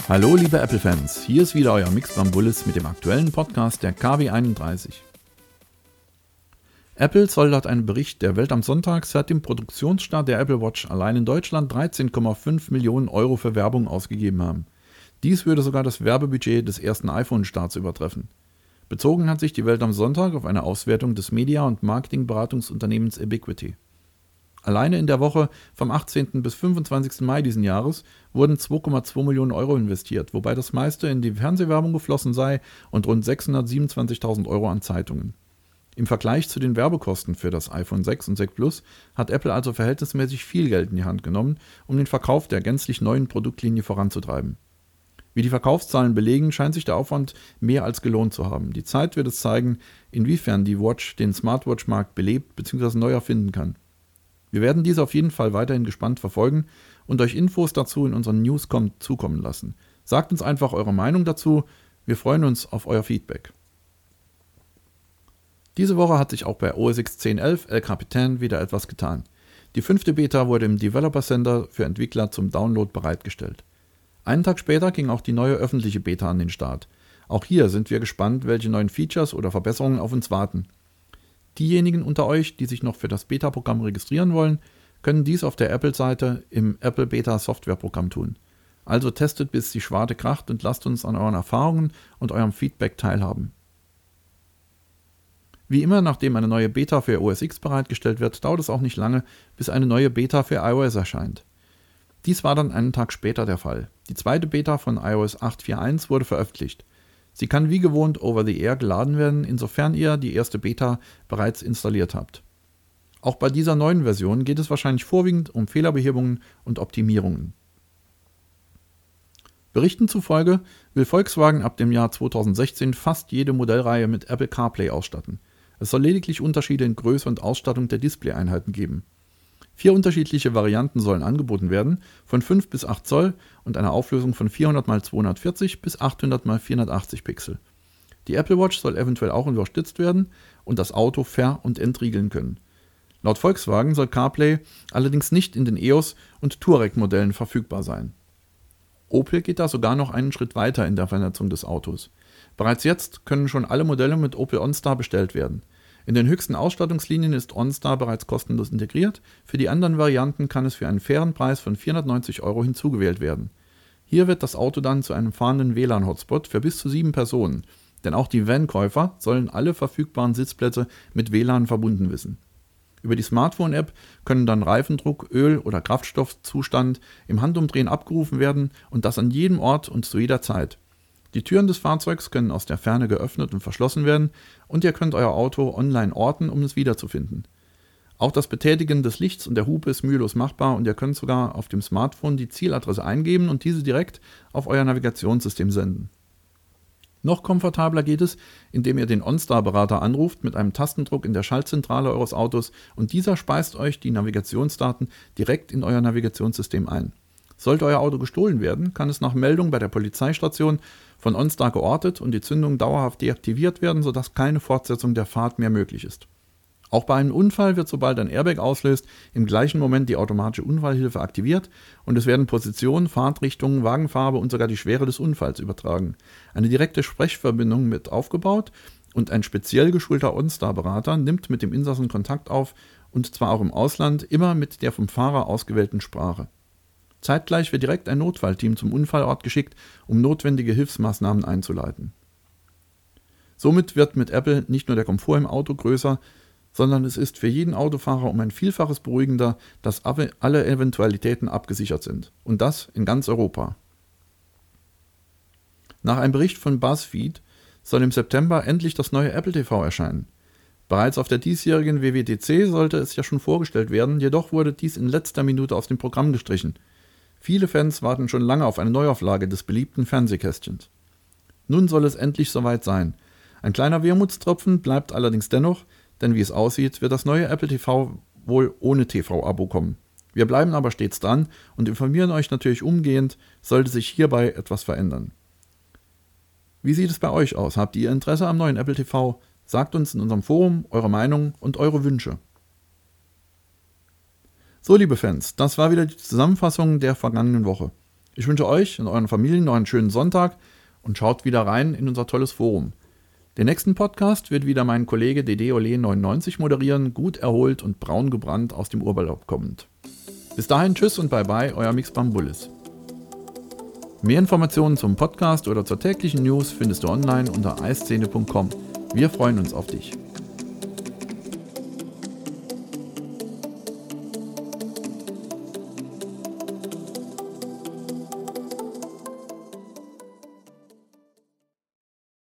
Hallo liebe Apple-Fans, hier ist wieder euer Mix Bambulis mit dem aktuellen Podcast der KW31. Apple soll laut einem Bericht der Welt am Sonntag seit dem Produktionsstart der Apple Watch allein in Deutschland 13,5 Millionen Euro für Werbung ausgegeben haben. Dies würde sogar das Werbebudget des ersten iPhone-Starts übertreffen. Bezogen hat sich die Welt am Sonntag auf eine Auswertung des Media- und Marketingberatungsunternehmens Ebiquity. Alleine in der Woche vom 18. bis 25. Mai diesen Jahres wurden 2,2 Millionen Euro investiert, wobei das meiste in die Fernsehwerbung geflossen sei und rund 627.000 Euro an Zeitungen. Im Vergleich zu den Werbekosten für das iPhone 6 und 6 Plus hat Apple also verhältnismäßig viel Geld in die Hand genommen, um den Verkauf der gänzlich neuen Produktlinie voranzutreiben. Wie die Verkaufszahlen belegen, scheint sich der Aufwand mehr als gelohnt zu haben. Die Zeit wird es zeigen, inwiefern die Watch den Smartwatch-Markt belebt bzw. neu erfinden kann. Wir werden diese auf jeden Fall weiterhin gespannt verfolgen und euch Infos dazu in unseren News zukommen lassen. Sagt uns einfach eure Meinung dazu, wir freuen uns auf euer Feedback. Diese Woche hat sich auch bei OS X 10.11 El Capitan wieder etwas getan. Die 5. Beta wurde im Developer Center für Entwickler zum Download bereitgestellt. Einen Tag später ging auch die neue öffentliche Beta an den Start. Auch hier sind wir gespannt, welche neuen Features oder Verbesserungen auf uns warten. Diejenigen unter euch, die sich noch für das Beta-Programm registrieren wollen, können dies auf der Apple-Seite im Apple Beta-Software-Programm tun. Also testet, bis die Schwarte kracht und lasst uns an euren Erfahrungen und eurem Feedback teilhaben. Wie immer, nachdem eine neue Beta für OS X bereitgestellt wird, dauert es auch nicht lange, bis eine neue Beta für iOS erscheint. Dies war dann einen Tag später der Fall. Die zweite Beta von iOS 8.4.1 wurde veröffentlicht. Sie kann wie gewohnt over the air geladen werden, insofern ihr die erste Beta bereits installiert habt. Auch bei dieser neuen Version geht es wahrscheinlich vorwiegend um Fehlerbehebungen und Optimierungen. Berichten zufolge will Volkswagen ab dem Jahr 2016 fast jede Modellreihe mit Apple CarPlay ausstatten. Es soll lediglich Unterschiede in Größe und Ausstattung der Displayeinheiten geben. 4 unterschiedliche Varianten sollen angeboten werden, von 5 bis 8 Zoll und einer Auflösung von 400 x 240 bis 800 x 480 Pixel. Die Apple Watch soll eventuell auch unterstützt werden und das Auto ver- und entriegeln können. Laut Volkswagen soll CarPlay allerdings nicht in den EOS- und Touareg-Modellen verfügbar sein. Opel geht da sogar noch einen Schritt weiter in der Vernetzung des Autos. Bereits jetzt können schon alle Modelle mit Opel OnStar bestellt werden. In den höchsten Ausstattungslinien ist OnStar bereits kostenlos integriert, für die anderen Varianten kann es für einen fairen Preis von 490 Euro hinzugewählt werden. Hier wird das Auto dann zu einem fahrenden WLAN-Hotspot für bis zu 7 Personen, denn auch die Van-Käufer sollen alle verfügbaren Sitzplätze mit WLAN verbunden wissen. Über die Smartphone-App können dann Reifendruck, Öl- oder Kraftstoffzustand im Handumdrehen abgerufen werden und das an jedem Ort und zu jeder Zeit. Die Türen des Fahrzeugs können aus der Ferne geöffnet und verschlossen werden und ihr könnt euer Auto online orten, um es wiederzufinden. Auch das Betätigen des Lichts und der Hupe ist mühelos machbar und ihr könnt sogar auf dem Smartphone die Zieladresse eingeben und diese direkt auf euer Navigationssystem senden. Noch komfortabler geht es, indem ihr den OnStar-Berater anruft mit einem Tastendruck in der Schaltzentrale eures Autos und dieser speist euch die Navigationsdaten direkt in euer Navigationssystem ein. Sollte euer Auto gestohlen werden, kann es nach Meldung bei der Polizeistation von OnStar geortet und die Zündung dauerhaft deaktiviert werden, sodass keine Fortsetzung der Fahrt mehr möglich ist. Auch bei einem Unfall wird, sobald ein Airbag auslöst, im gleichen Moment die automatische Unfallhilfe aktiviert und es werden Position, Fahrtrichtung, Wagenfarbe und sogar die Schwere des Unfalls übertragen. Eine direkte Sprechverbindung wird aufgebaut und ein speziell geschulter OnStar-Berater nimmt mit dem Insassen Kontakt auf und zwar auch im Ausland, immer mit der vom Fahrer ausgewählten Sprache. Zeitgleich wird direkt ein Notfallteam zum Unfallort geschickt, um notwendige Hilfsmaßnahmen einzuleiten. Somit wird mit Apple nicht nur der Komfort im Auto größer, sondern es ist für jeden Autofahrer um ein Vielfaches beruhigender, dass alle Eventualitäten abgesichert sind. Und das in ganz Europa. Nach einem Bericht von BuzzFeed soll im September endlich das neue Apple TV erscheinen. Bereits auf der diesjährigen WWDC sollte es ja schon vorgestellt werden, jedoch wurde dies in letzter Minute aus dem Programm gestrichen. Viele Fans warten schon lange auf eine Neuauflage des beliebten Fernsehkästchens. Nun soll es endlich soweit sein. Ein kleiner Wermutstropfen bleibt allerdings dennoch, denn wie es aussieht, wird das neue Apple TV wohl ohne TV-Abo kommen. Wir bleiben aber stets dran und informieren euch natürlich umgehend, sollte sich hierbei etwas verändern. Wie sieht es bei euch aus? Habt ihr Interesse am neuen Apple TV? Sagt uns in unserem Forum eure Meinung und eure Wünsche. So, liebe Fans, das war wieder die Zusammenfassung der vergangenen Woche. Ich wünsche euch und euren Familien noch einen schönen Sonntag und schaut wieder rein in unser tolles Forum. Den nächsten Podcast wird wieder mein Kollege DDOle99 moderieren, gut erholt und braun gebrannt aus dem Urlaub kommend. Bis dahin, tschüss und bye bye, euer Mix Bambulis. Mehr Informationen zum Podcast oder zur täglichen News findest du online unter eiszene.com. Wir freuen uns auf dich.